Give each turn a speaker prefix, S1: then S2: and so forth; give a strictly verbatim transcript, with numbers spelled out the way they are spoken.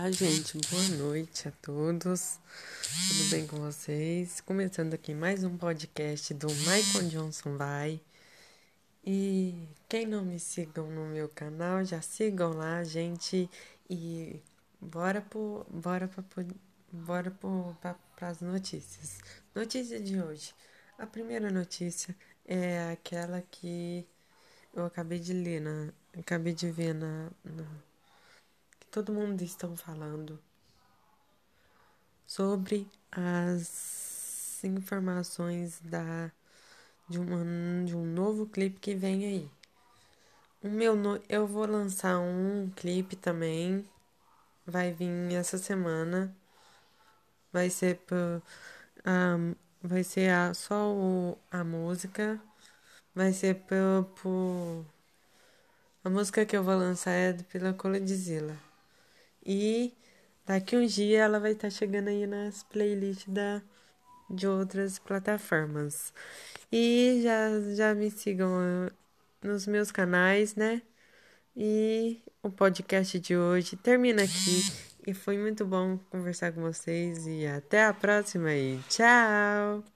S1: Olá, gente, boa noite a todos. Tudo bem com vocês? Começando aqui mais um podcast do Michael Johnson Vai. E quem não me sigam no meu canal, já sigam lá, gente. E bora pro, bora pra, bora pro, pra, pras notícias. Notícia de hoje. A primeira notícia é aquela que eu acabei de ler, na, acabei de ver na, na que todo mundo está falando sobre as informações da, de, uma, de um novo clipe que vem aí. O meu no, eu vou lançar um clipe também, vai vir essa semana, vai ser por, um, vai ser a, só o, a música, vai ser por, por a música que eu vou lançar é pela Coledzilla. E daqui uns dias ela vai estar chegando aí nas playlists da, de outras plataformas. E já, já me sigam nos meus canais, né? E o podcast de hoje termina aqui. E foi muito bom conversar com vocês. E até a próxima e tchau!